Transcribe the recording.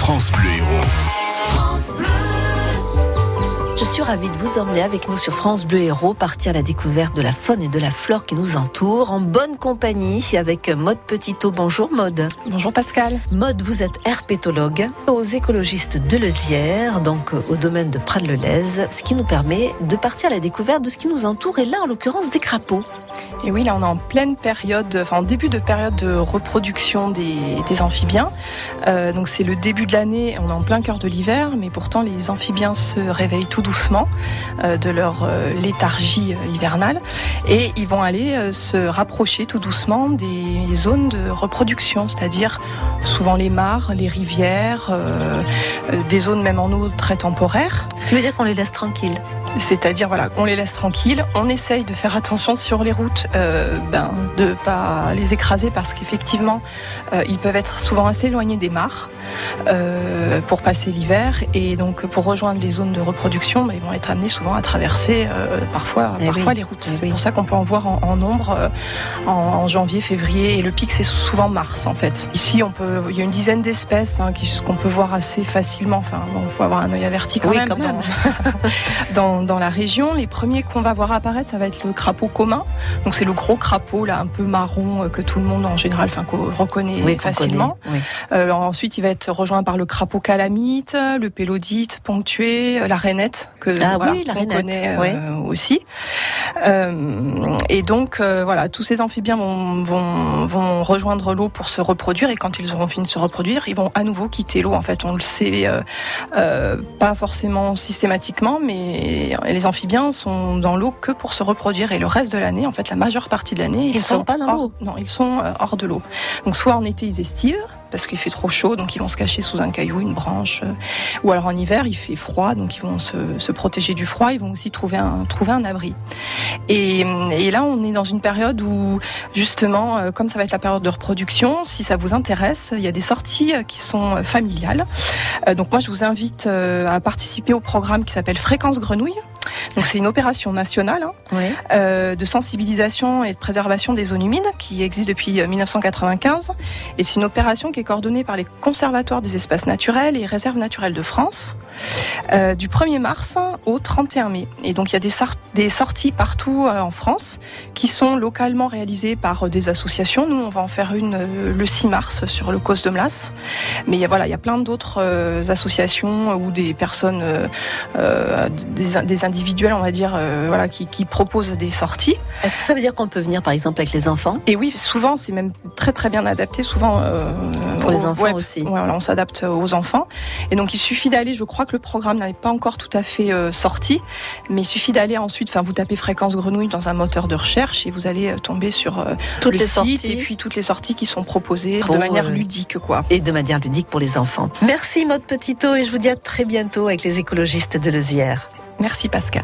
France Bleu Héros. France Bleu. Je suis ravie de vous emmener avec nous sur France Bleu Héros, partir à la découverte de la faune et de la flore qui nous entourent, en bonne compagnie avec Maude Petitot. Bonjour Maude. Bonjour Pascal. Maude, vous êtes herpétologue aux écologistes de Leuzière, donc au domaine de Prades-le-Lez, ce qui nous permet de partir à la découverte de ce qui nous entoure, et là en l'occurrence des crapauds. Et oui, là on est en pleine période, en début de période de reproduction des amphibiens. Donc c'est le début de l'année, on est en plein cœur de l'hiver, mais pourtant les amphibiens se réveillent tout doucement de leur léthargie hivernale, et ils vont aller se rapprocher tout doucement des zones de reproduction, c'est-à-dire souvent les mares, les rivières, des zones même en eau très temporaires. Ce qui veut dire qu'on les laisse tranquilles. C'est-à-dire voilà, on les laisse tranquilles, on essaye de faire attention sur les routes, de ne pas les écraser, parce qu'effectivement ils peuvent être souvent assez éloignés des mares pour passer l'hiver, et donc pour rejoindre les zones de reproduction, ils vont être amenés souvent à traverser parfois les routes. C'est pour ça qu'on peut en voir en nombre en janvier, février, et le pic c'est souvent mars en fait. Ici il y a une dizaine d'espèces qu'on peut voir assez facilement, il faut avoir un œil averti quand même. Dans la région, les premiers qu'on va voir apparaître, ça va être le crapaud commun. Donc c'est le gros crapaud là, un peu marron, que tout le monde en général, qu'on reconnaît facilement. Ensuite, il va être rejoint par le crapaud calamite, le pélodite ponctué, la rainette qu'on connaît aussi. Et donc tous ces amphibiens vont rejoindre l'eau pour se reproduire, et quand ils auront fini de se reproduire, ils vont à nouveau quitter l'eau. En fait, on le sait pas forcément systématiquement, mais les amphibiens sont dans l'eau que pour se reproduire, et le reste de l'année, en fait, la majeure partie de l'année, ils sont pas dans l'eau. Non, ils sont hors de l'eau. Donc soit en été ils estivent, parce qu'il fait trop chaud, donc ils vont se cacher sous un caillou, une branche, ou alors en hiver il fait froid, donc ils vont se protéger du froid, ils vont aussi trouver un abri. Et là on est dans une période où justement, comme ça va être la période de reproduction, si ça vous intéresse, il y a des sorties qui sont familiales. Donc moi je vous invite à participer au programme qui s'appelle Fréquence Grenouille. Donc c'est une opération nationale de sensibilisation et de préservation des zones humides qui existe depuis 1995, et c'est une opération qui est coordonnée par les conservatoires des espaces naturels et réserves naturelles de France, du 1er mars au 31 mai. Et donc il y a des sorties partout en France qui sont localement réalisées par des associations. Nous on va en faire une le 6 mars sur le Causse de Mlas, mais il y a plein d'autres associations ou des personnes, des individuels on va dire, qui proposent des sorties. Est-ce que ça veut dire qu'on peut venir par exemple avec les enfants ? Et oui, souvent c'est même très très bien adapté, souvent pour les enfants aussi. On s'adapte aux enfants, et donc il suffit d'aller, je crois que le programme n'est pas encore tout à fait sorti, mais il suffit d'aller ensuite, vous tapez Fréquence Grenouille dans un moteur de recherche et vous allez tomber sur toutes les site sorties, et puis toutes les sorties qui sont proposées de manière ludique Et de manière ludique pour les enfants. Merci Maude Petitot, et je vous dis à très bientôt avec les écologistes de Leuzière. Merci Pascal.